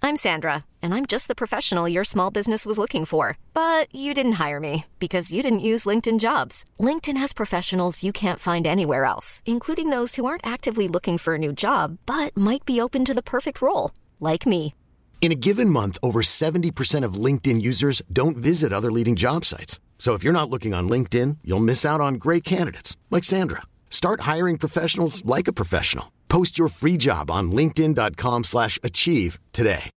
I'm Sandra, and I'm just the professional your small business was looking for. But you didn't hire me because you didn't use LinkedIn Jobs. LinkedIn has professionals you can't find anywhere else, including those who aren't actively looking for a new job, but might be open to the perfect role, like me. In a given month, over 70% of LinkedIn users don't visit other leading job sites. So if you're not looking on LinkedIn, you'll miss out on great candidates like Sandra. Start hiring professionals like a professional. Post your free job on linkedin.com/achieve today.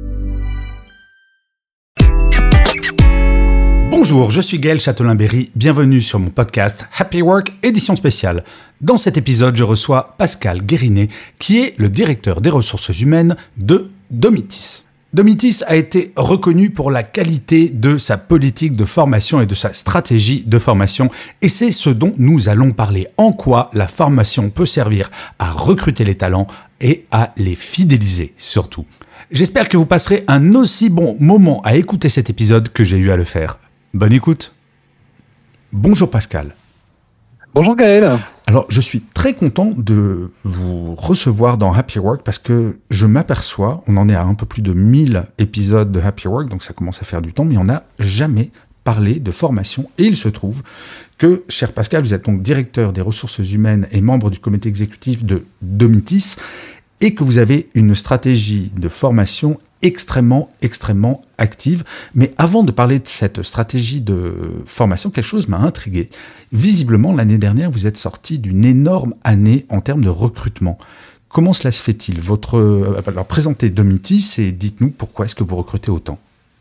Bonjour, je suis Gaël Châtelain-Berry, bienvenue sur mon podcast Happy Work édition spéciale. Dans cet épisode, je reçois Pascal Guérinet, qui est le directeur des ressources humaines de Domitis. Domitis a été reconnu pour la qualité de sa politique de formation et de sa stratégie de formation, et c'est ce dont nous allons parler. En quoi la formation peut servir à recruter les talents et à les fidéliser surtout. J'espère que vous passerez un aussi bon moment à écouter cet épisode que j'ai eu à le faire. Bonne écoute. Bonjour Pascal. Bonjour Gaël. Alors, je suis très content de vous recevoir dans Happy Work parce que je m'aperçois, on en est à un peu plus de 1000 épisodes de Happy Work, donc ça commence à faire du temps, mais on n'a jamais parlé de formation. Et il se trouve que, cher Pascal, vous êtes donc directeur des ressources humaines et membre du comité exécutif de Domitis, et que vous avez une stratégie de formation extrêmement active. Mais avant de parler de cette stratégie de formation, quelque chose m'a intrigué. Visiblement, l'année dernière, vous êtes sorti d'une énorme année en termes de recrutement. Comment cela se fait-il ? Alors, présentez Domitis et dites-nous pourquoi est-ce que vous recrutez autant ?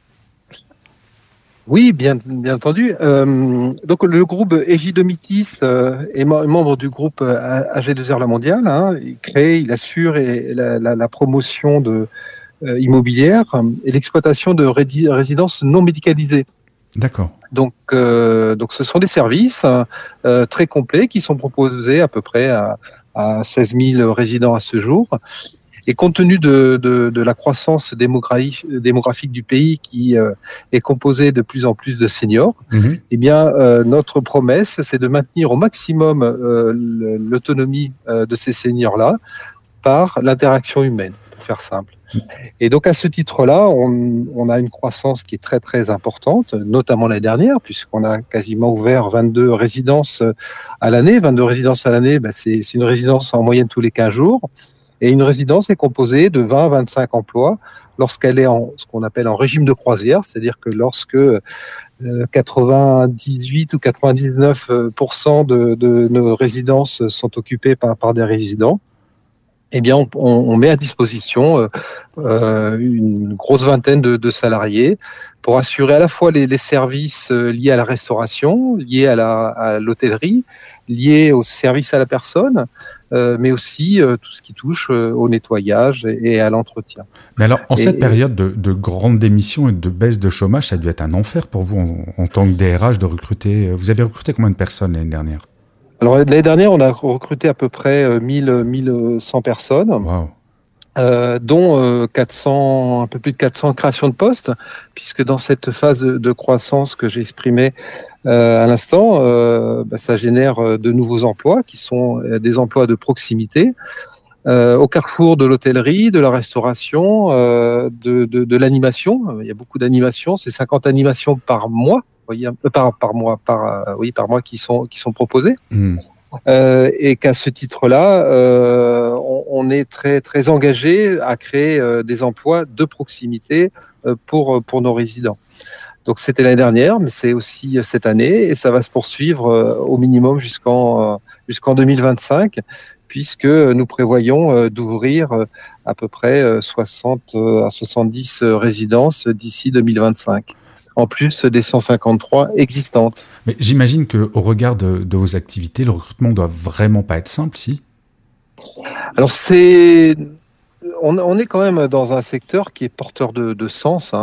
Oui, bien entendu. Donc le groupe EJ Domitis est membre du groupe AG2R La Mondiale. Il crée, il assure la promotion de immobilière et l'exploitation de résidences non médicalisées. D'accord. Donc ce sont des services très complets qui sont proposés à peu près à 16 000 résidents à ce jour. Et compte tenu de la croissance démographique du pays qui est composée de plus en plus de seniors, eh bien notre promesse, c'est de maintenir au maximum l'autonomie de ces seniors-là par l'interaction humaine, pour faire simple. Et donc à ce titre-là, on a une croissance qui est très très importante, notamment l'année dernière, puisqu'on a quasiment ouvert 22 résidences à l'année. 22 résidences à l'année, c'est une résidence en moyenne tous les 15 jours. Et une résidence est composée de 20 à 25 emplois lorsqu'elle est ce qu'on appelle en régime de croisière, c'est-à-dire que lorsque 98 ou 99% de nos résidences sont occupées par des résidents, eh bien on met à disposition une grosse vingtaine de salariés pour assurer à la fois les services liés à la restauration, liés à l'hôtellerie, liés aux services à la personne, mais aussi tout ce qui touche au nettoyage et à l'entretien. Mais alors, cette période de grande démission et de baisse de chômage, ça a dû être un enfer pour vous en tant que DRH de recruter. Vous avez recruté combien de personnes l'année dernière ? Alors, l'année dernière, on a recruté à peu près 1100 personnes. Wow. Dont 400, un peu plus de 400 créations de postes, puisque dans cette phase de croissance que j'ai exprimée à l'instant, ça génère de nouveaux emplois qui sont des emplois de proximité au carrefour de l'hôtellerie, de la restauration, de l'animation. Il y a beaucoup d'animations, c'est 50 animations par mois, par mois qui sont proposées. Et qu'à ce titre-là, on est très très engagé à créer des emplois de proximité pour nos résidents. Donc c'était l'année dernière, mais c'est aussi cette année, et ça va se poursuivre au minimum jusqu'en 2025, puisque nous prévoyons d'ouvrir à peu près 60 à 70 résidences d'ici 2025. En plus des 153 existantes. Mais j'imagine qu'au regard de vos activités, le recrutement ne doit vraiment pas être simple, si ? Alors on est quand même dans un secteur qui est porteur de sens,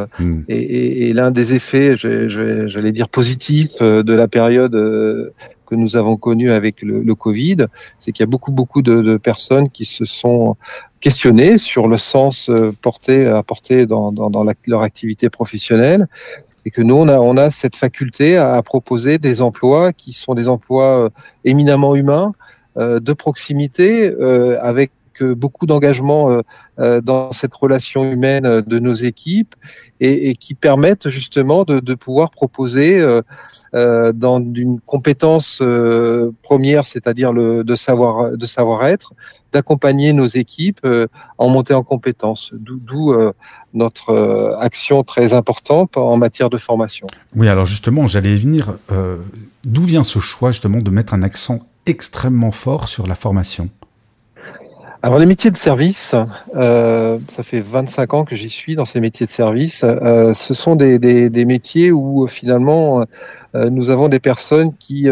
et l'un des effets, j'allais dire positifs, de la période que nous avons connue avec le Covid, c'est qu'il y a beaucoup de personnes qui se sont questionnées sur le sens apporté dans leur activité professionnelle, et que nous on a cette faculté à proposer des emplois qui sont des emplois éminemment humains, de proximité, avec avec beaucoup d'engagement dans cette relation humaine de nos équipes et qui permettent justement de pouvoir proposer dans une compétence première, c'est-à-dire de savoir-être, d'accompagner nos équipes en montée en compétences, d'où notre action très importante en matière de formation. Oui, alors justement, j'allais y venir. D'où vient ce choix justement de mettre un accent extrêmement fort sur la formation ? Alors les métiers de service, ça fait 25 ans que j'y suis dans ces métiers de service. Ce sont des métiers où finalement nous avons des personnes qui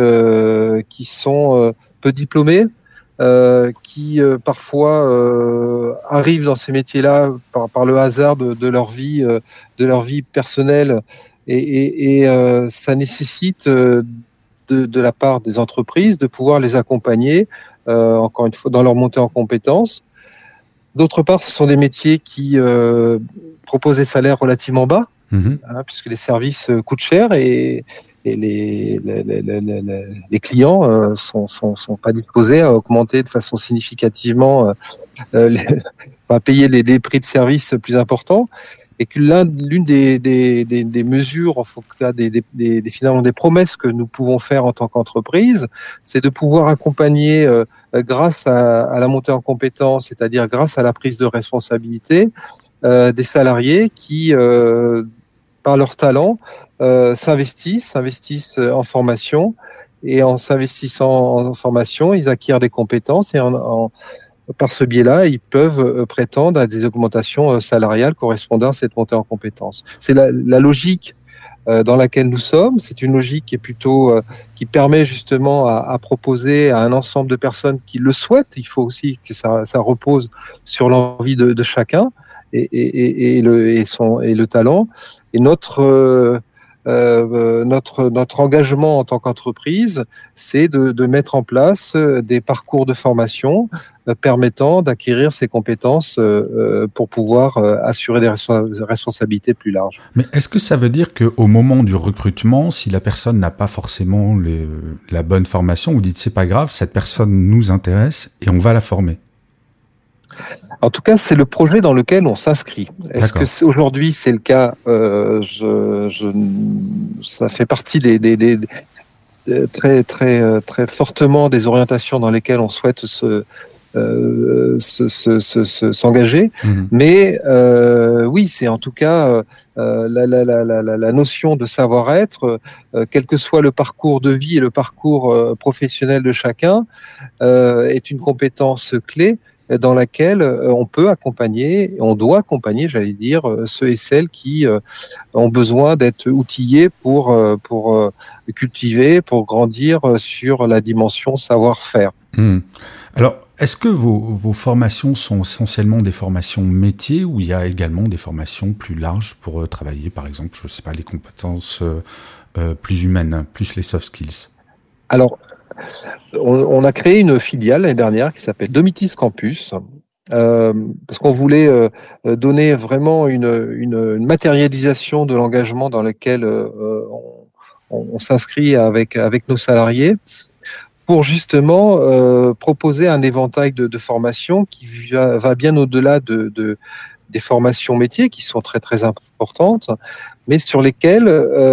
sont peu diplômées, qui parfois arrivent dans ces métiers-là par le hasard de leur vie personnelle, et ça nécessite de la part des entreprises de pouvoir les accompagner encore une fois dans leur montée en compétences. D'autre part, ce sont des métiers qui proposent des salaires relativement bas, puisque les services coûtent cher et les clients sont pas disposés à augmenter de façon significativement, payer des prix de service plus importants. Et que l'une des mesures, en tout cas finalement des promesses que nous pouvons faire en tant qu'entreprise, c'est de pouvoir accompagner grâce à la montée en compétences, c'est-à-dire grâce à la prise de responsabilité, des salariés qui, par leur talent, s'investissent en formation, et en s'investissant en formation, ils acquièrent des compétences, et par ce biais-là, ils peuvent prétendre à des augmentations salariales correspondant à cette montée en compétences. C'est la logique dans laquelle nous sommes. C'est une logique qui est plutôt qui permet justement à proposer à un ensemble de personnes qui le souhaitent. Il faut aussi que ça repose sur l'envie de chacun et le talent. Et notre engagement en tant qu'entreprise, c'est de mettre en place des parcours de formation permettant d'acquérir ces compétences pour pouvoir assurer des responsabilités plus larges. Mais est-ce que ça veut dire qu'au moment du recrutement, si la personne n'a pas forcément la bonne formation, vous dites c'est pas grave, cette personne nous intéresse et on va la former ? En tout cas, c'est le projet dans lequel on s'inscrit. Est-ce que aujourd'hui c'est le cas ? Ça fait partie des très très très fortement des orientations dans lesquelles on souhaite s'engager. Mais oui, c'est en tout cas la notion de savoir-être, quel que soit le parcours de vie et le parcours professionnel de chacun, est une compétence clé dans laquelle on peut accompagner, on doit accompagner, j'allais dire, ceux et celles qui ont besoin d'être outillés pour cultiver, pour grandir sur la dimension savoir-faire. Alors, est-ce que vos formations sont essentiellement des formations métiers, ou il y a également des formations plus larges pour travailler, par exemple, je sais pas, les compétences plus humaines, plus les soft skills ? Alors, on a créé une filiale l'année dernière qui s'appelle Domitis Campus, parce qu'on voulait donner vraiment une matérialisation de l'engagement dans lequel on s'inscrit avec nos salariés, pour justement proposer un éventail de formations qui va bien au-delà des formations métiers, qui sont très très importantes, mais sur lesquelles,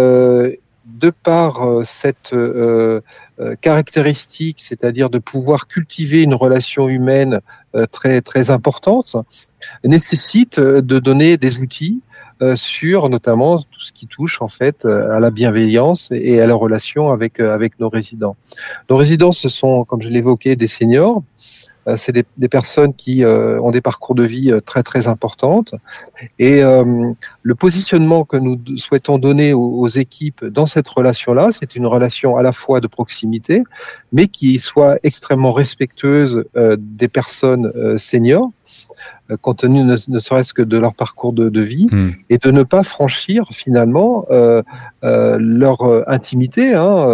de par cette caractéristique, c'est-à-dire de pouvoir cultiver une relation humaine très très importante, nécessite de donner des outils sur notamment tout ce qui touche en fait à la bienveillance et à la relation avec nos résidents. Nos résidents, ce sont, comme je l'évoquais, des seniors. C'est des personnes qui ont des parcours de vie très très importantes, et le positionnement que nous souhaitons donner aux équipes dans cette relation-là, c'est une relation à la fois de proximité, mais qui soit extrêmement respectueuse des personnes seniors, compte tenu ne serait-ce que de leur parcours de vie, et de ne pas franchir finalement leur intimité.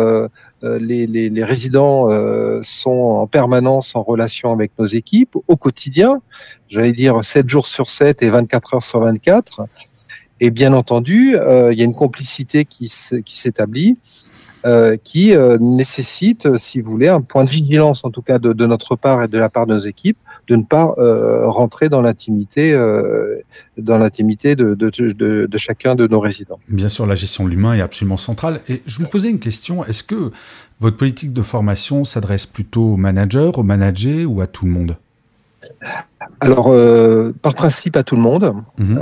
Les résidents sont en permanence en relation avec nos équipes au quotidien, j'allais dire 7 jours sur 7 et 24 heures sur 24. Et bien entendu, il y a une complicité qui s'établit, qui nécessite, si vous voulez, un point de vigilance, en tout cas de notre part et de la part de nos équipes, de ne pas rentrer dans l'intimité de chacun de nos résidents. Bien sûr, la gestion de l'humain est absolument centrale. Et je vous posais une question, est-ce que votre politique de formation s'adresse plutôt aux managers ou à tout le monde ? Alors, par principe, à tout le monde.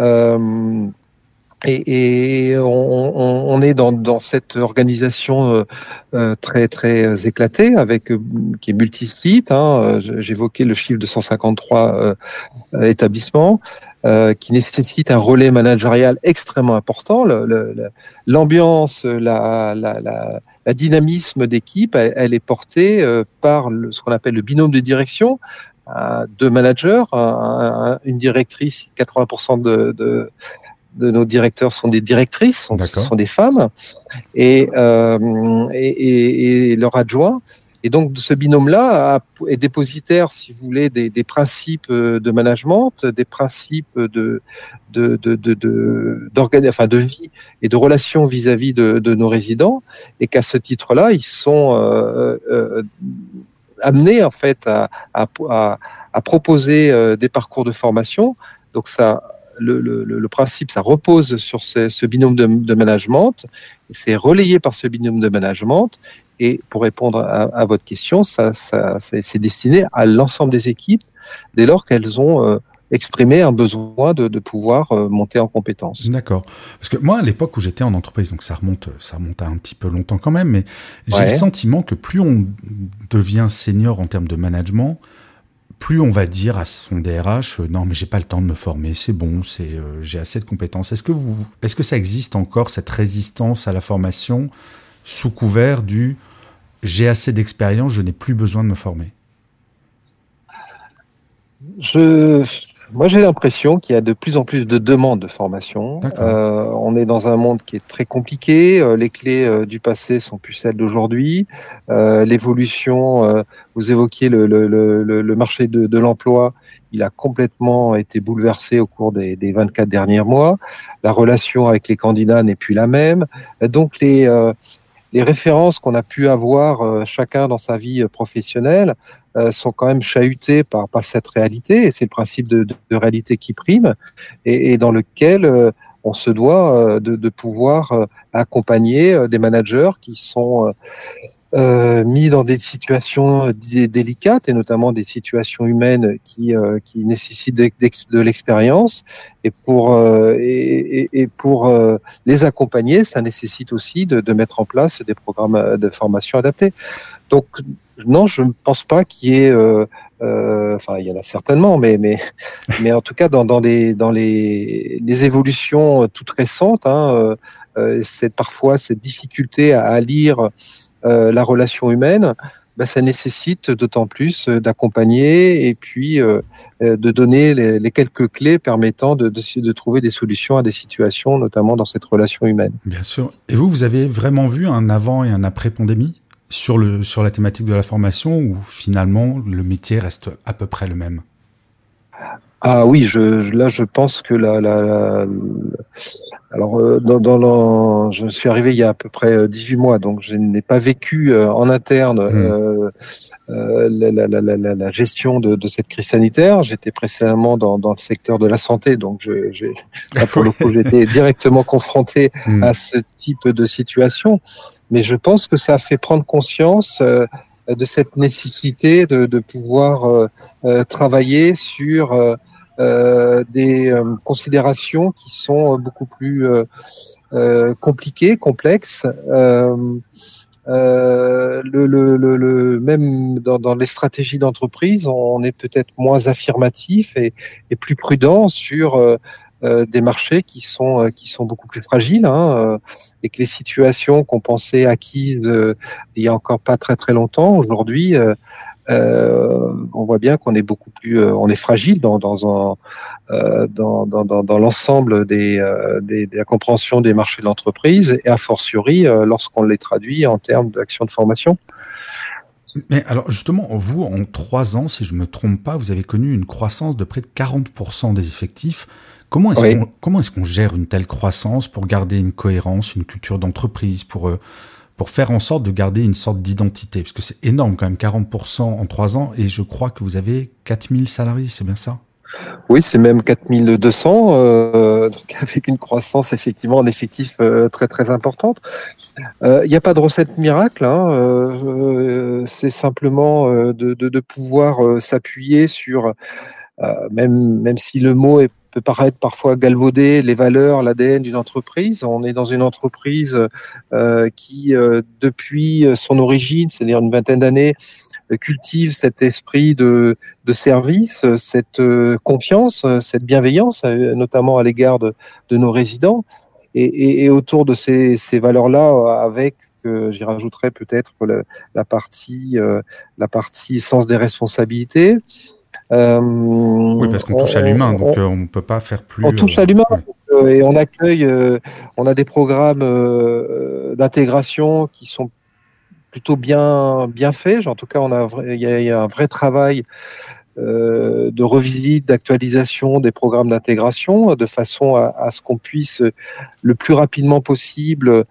Et on est dans cette organisation très très éclatée qui est multi-site. J'évoquais le chiffre de 153 établissements qui nécessite un relais managérial extrêmement important. L'ambiance, la dynamisme d'équipe, elle est portée par ce qu'on appelle le binôme de direction. Deux managers, une directrice, 80% de nos directeurs sont des directrices, sont des femmes, et leur adjoint. Et donc, ce binôme-là est dépositaire, si vous voulez, des principes de management, des principes de vie et de relations vis-à-vis de nos résidents, et qu'à ce titre-là, ils sont amenés en fait à proposer des parcours de formation. Donc ça. Le principe, ça repose sur ce binôme de management, c'est relayé par ce binôme de management, et pour répondre à votre question, c'est destiné à l'ensemble des équipes dès lors qu'elles ont exprimé un besoin de pouvoir monter en compétences. D'accord. Parce que moi, à l'époque où j'étais en entreprise, donc ça remonte à un petit peu longtemps quand même, mais j'ai le sentiment que plus on devient senior en termes de management, plus on va dire à son DRH non mais j'ai pas le temps de me former, c'est bon, j'ai assez de compétences. Est-ce que ça existe encore, cette résistance à la formation sous couvert du j'ai assez d'expérience, je n'ai plus besoin de me former? Moi, j'ai l'impression qu'il y a de plus en plus de demandes de formation. On est dans un monde qui est très compliqué. Les clés du passé sont plus celles d'aujourd'hui. L'évolution, vous évoquiez le marché de l'emploi, il a complètement été bouleversé au cours des 24 derniers mois. La relation avec les candidats n'est plus la même. Donc, les références qu'on a pu avoir chacun dans sa vie professionnelle sont quand même chahutées par cette réalité, et c'est le principe de réalité qui prime, et dans lequel on se doit de pouvoir accompagner des managers qui sont mis dans des situations délicates, et notamment des situations humaines qui nécessitent de l'expérience, et pour les accompagner, ça nécessite aussi de mettre en place des programmes de formation adaptés. Donc non, je ne pense pas qu'il y ait, enfin il y en a certainement, mais en tout cas dans les évolutions toutes récentes, c'est parfois cette difficulté à lire la relation humaine, ça nécessite d'autant plus d'accompagner et puis de donner les quelques clés permettant de trouver des solutions à des situations, notamment dans cette relation humaine. Bien sûr. Et vous avez vraiment vu un avant et un après pandémie sur la thématique de la formation, ou finalement le métier reste à peu près le même? Ah oui, je pense que alors je suis arrivé il y a à peu près 18 mois, donc je n'ai pas vécu en interne la gestion de cette crise sanitaire. J'étais précédemment dans le secteur de la santé, donc là, pour le coup, j'étais directement confronté à ce type de situation. Mais je pense que ça a fait prendre conscience de cette nécessité de pouvoir travailler sur des considérations qui sont beaucoup plus compliquées, complexes. Même dans les stratégies d'entreprise, on est peut-être moins affirmatif et plus prudent sur des marchés qui sont beaucoup plus fragiles, et que les situations qu'on pensait acquises il y a encore pas très très longtemps, aujourd'hui on voit bien qu'on est beaucoup plus on est fragile dans l'ensemble de la compréhension des marchés de l'entreprise, et a fortiori lorsqu'on les traduit en termes d'action de formation. Mais alors justement, vous, en 3 ans, si je me trompe pas, vous avez connu une croissance de près de 40% des effectifs. Comment est-ce qu'on gère une telle croissance pour garder une cohérence, une culture d'entreprise, pour pour faire en sorte de garder une sorte d'identité? Parce que c'est énorme quand même, 40% en 3 ans, et je crois que vous avez 4000 salariés, c'est bien ça? Oui, c'est même 4200, donc avec une croissance effectivement en effectif très très importante. Il n'y a pas de recette miracle, hein, c'est simplement de pouvoir s'appuyer sur, même si le mot peut paraître parfois galvaudé, les valeurs, l'ADN d'une entreprise. On est dans une entreprise qui, depuis son origine, c'est-à-dire une vingtaine d'années, cultive cet esprit de service, cette confiance, cette bienveillance, notamment à l'égard de nos résidents. Et autour de ces valeurs-là, avec, j'y rajouterais peut-être la partie sens des responsabilités. Oui, parce qu'on touche à l'humain, donc on ne peut pas faire plus... On touche à l'humain, et on accueille, on a des programmes d'intégration qui sont plutôt bien faits. En tout cas, il y a un vrai travail de revisite, d'actualisation des programmes d'intégration, de façon à ce qu'on puisse le plus rapidement possible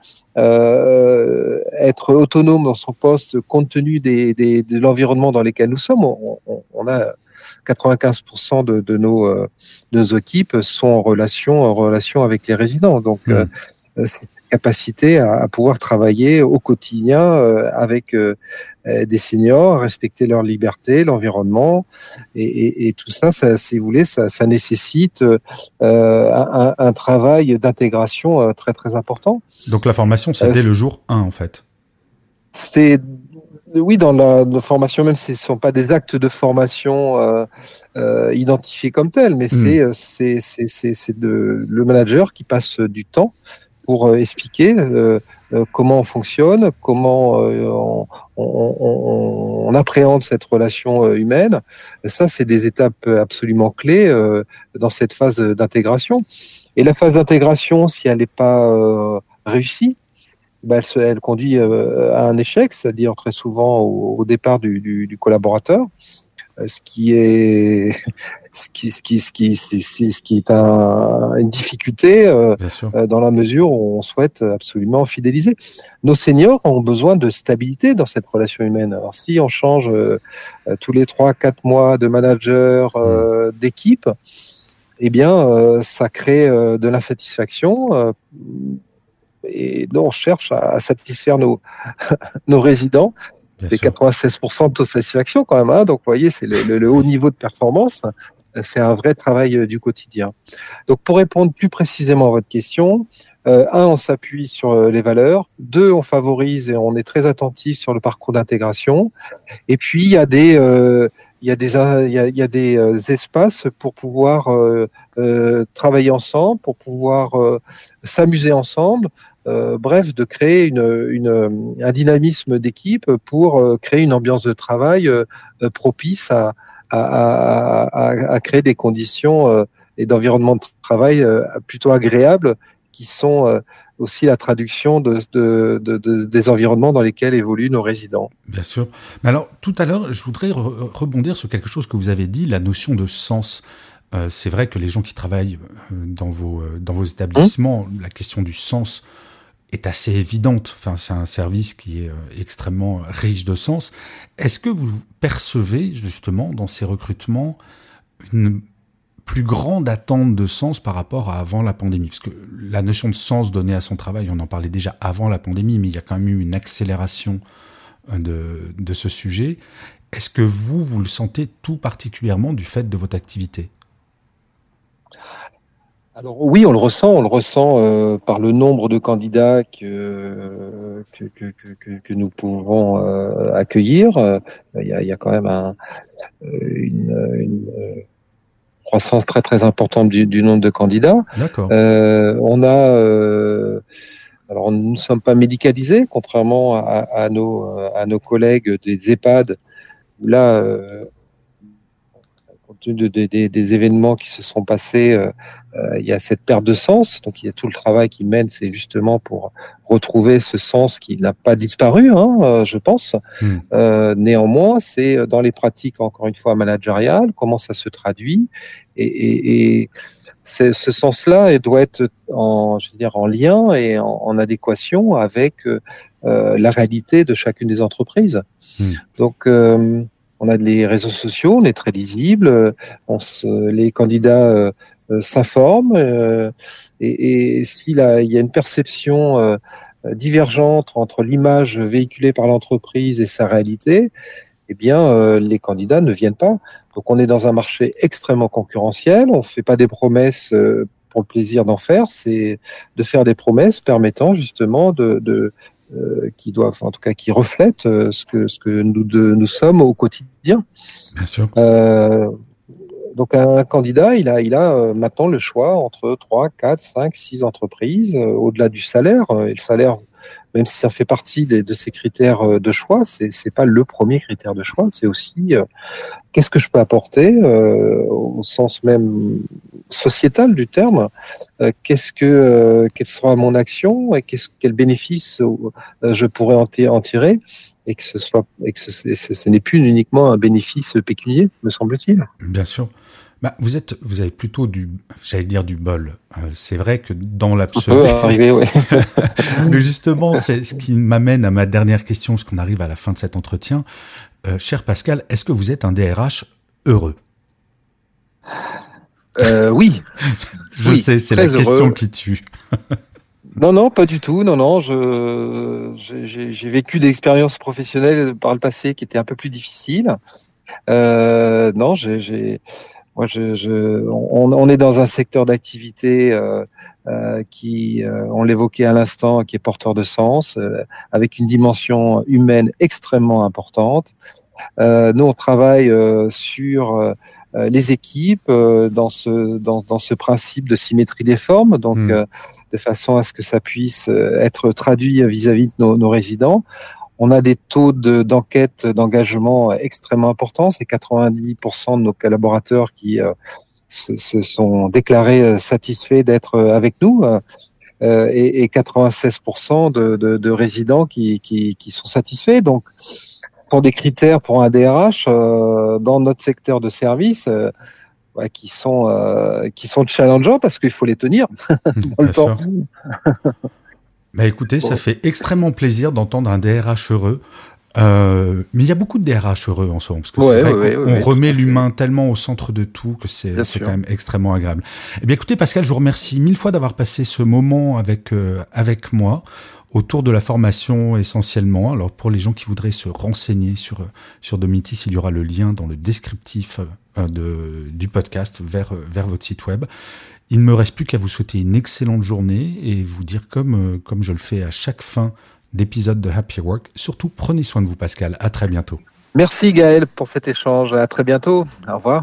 être autonome dans son poste compte tenu de l'environnement dans lequel nous sommes. On a 95% de nos équipes sont en relation avec les résidents. Donc, c'est capacité à pouvoir travailler au quotidien avec des seniors, respecter leur liberté, l'environnement, et tout ça, si vous voulez, ça nécessite un travail d'intégration très très important. Donc la formation, c'est dès le jour 1 en fait. Oui, dans la formation, même si ce ne sont pas des actes de formation identifiés comme tels, mais c'est le manager qui passe du temps pour expliquer comment on fonctionne, comment on appréhende cette relation humaine. Ça, c'est des étapes absolument clés dans cette phase d'intégration. Et la phase d'intégration, si elle n'est pas réussie, elle conduit à un échec, c'est-à-dire très souvent au départ du collaborateur, ce qui est une difficulté dans la mesure où on souhaite absolument fidéliser. Nos seniors ont besoin de stabilité dans cette relation humaine. Alors si on change tous les 3-4 mois de manager, d'équipe, eh bien ça crée de l'insatisfaction. Et nous, on cherche à satisfaire nos résidents. C'est 96% de taux de satisfaction quand même, hein. Donc, vous voyez, c'est le haut niveau de performance. C'est un vrai travail du quotidien. Donc, pour répondre plus précisément à votre question, on s'appuie sur les valeurs. 2, on favorise et on est très attentif sur le parcours d'intégration. Et puis, il y a des espaces pour pouvoir travailler ensemble, pour pouvoir s'amuser ensemble. Bref, de créer un dynamisme d'équipe pour créer une ambiance de travail propice à créer des conditions et d'environnement de travail plutôt agréables, qui sont aussi la traduction des environnements dans lesquels évoluent nos résidents. Bien sûr. Mais alors, tout à l'heure, je voudrais rebondir sur quelque chose que vous avez dit, la notion de sens. C'est vrai que les gens qui travaillent dans vos établissements, la question du sens est assez évidente. Enfin, c'est un service qui est extrêmement riche de sens. Est-ce que vous percevez justement dans ces recrutements une plus grande attente de sens par rapport à avant la pandémie? Parce que la notion de sens donnée à son travail, on en parlait déjà avant la pandémie, mais il y a quand même eu une accélération de ce sujet. Est-ce que vous le sentez tout particulièrement du fait de votre activité? Alors oui, on le ressent par le nombre de candidats que nous pouvons accueillir. Il y a quand même une croissance très très importante du nombre de candidats. D'accord. Alors nous ne sommes pas médicalisés, contrairement à nos collègues des EHPAD, où là, compte tenu des événements qui se sont passés, il y a cette perte de sens. Donc il y a tout le travail qui mène, c'est justement pour retrouver ce sens qui n'a pas disparu, je pense. Néanmoins, c'est dans les pratiques, encore une fois, managériales, comment ça se traduit. Et ce sens-là doit être en lien et en adéquation avec la réalité de chacune des entreprises. Donc, on a les réseaux sociaux, on est très lisible, les candidats s'informent, et s'il y a une perception divergente entre l'image véhiculée par l'entreprise et sa réalité, eh bien, les candidats ne viennent pas. Donc, on est dans un marché extrêmement concurrentiel. On ne fait pas des promesses pour le plaisir d'en faire, c'est de faire des promesses permettant justement qui reflètent ce que nous sommes au quotidien. Bien sûr. Donc, un candidat, il a maintenant le choix entre 3, 4, 5, 6 entreprises, au-delà du salaire. Et le salaire, même si ça fait partie de ces critères de choix, c'est pas le premier critère de choix. C'est aussi qu'est-ce que je peux apporter au sens même sociétal du terme. Quelle sera mon action et quel bénéfice je pourrais en tirer, et que ce n'est plus uniquement un bénéfice pécunier, me semble-t-il. Bien sûr. Vous avez plutôt du bol. C'est vrai que dans l'absolu. Ça peut arriver, oui. Mais justement, c'est ce qui m'amène à ma dernière question, parce qu'on arrive à la fin de cet entretien. Cher Pascal, est-ce que vous êtes un DRH heureux ? Oui. Je sais, c'est la question qui tue. Non, pas du tout. Non, j'ai vécu des expériences professionnelles par le passé qui étaient un peu plus difficiles. On est dans un secteur d'activité qui, on l'évoquait à l'instant, qui est porteur de sens, avec une dimension humaine extrêmement importante. Nous, on travaille sur les équipes dans ce principe de symétrie des formes, donc de façon à ce que ça puisse être traduit vis-à-vis de nos résidents. On a des taux d'enquête, d'engagement extrêmement importants. C'est 90% de nos collaborateurs qui se sont déclarés satisfaits d'être avec nous, et 96% de résidents qui sont satisfaits. Donc, pour des critères pour un DRH dans notre secteur de service, qui sont challengeants parce qu'il faut les tenir dans le temps. Écoutez, ça fait extrêmement plaisir d'entendre un DRH heureux. Mais il y a beaucoup de DRH heureux en ce moment, parce que c'est vrai qu'on remet l'humain tellement au centre de tout que c'est quand même extrêmement agréable. Eh bien, écoutez, Pascal, je vous remercie 1000 fois d'avoir passé ce moment avec moi autour de la formation essentiellement. Alors, pour les gens qui voudraient se renseigner sur Domitis, il y aura le lien dans le descriptif du podcast vers votre site web. Il ne me reste plus qu'à vous souhaiter une excellente journée et vous dire, comme je le fais à chaque fin d'épisode de Happy Work, surtout prenez soin de vous, Pascal. À très bientôt. Merci Gaël pour cet échange. À très bientôt. Au revoir.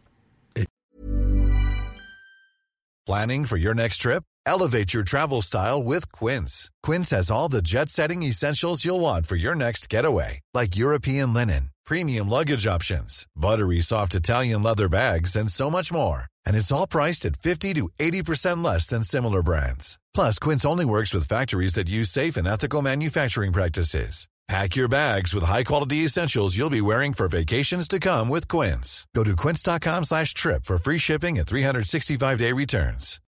Planning for your next trip? Elevate your travel style with Quince. Quince has all the jet-setting essentials you'll want for your next getaway, like European linen, premium luggage options, buttery soft Italian leather bags, and so much more. And it's all priced at 50 to 80% less than similar brands. Plus, Quince only works with factories that use safe and ethical manufacturing practices. Pack your bags with high-quality essentials you'll be wearing for vacations to come with Quince. Go to quince.com/trip for free shipping and 365-day returns.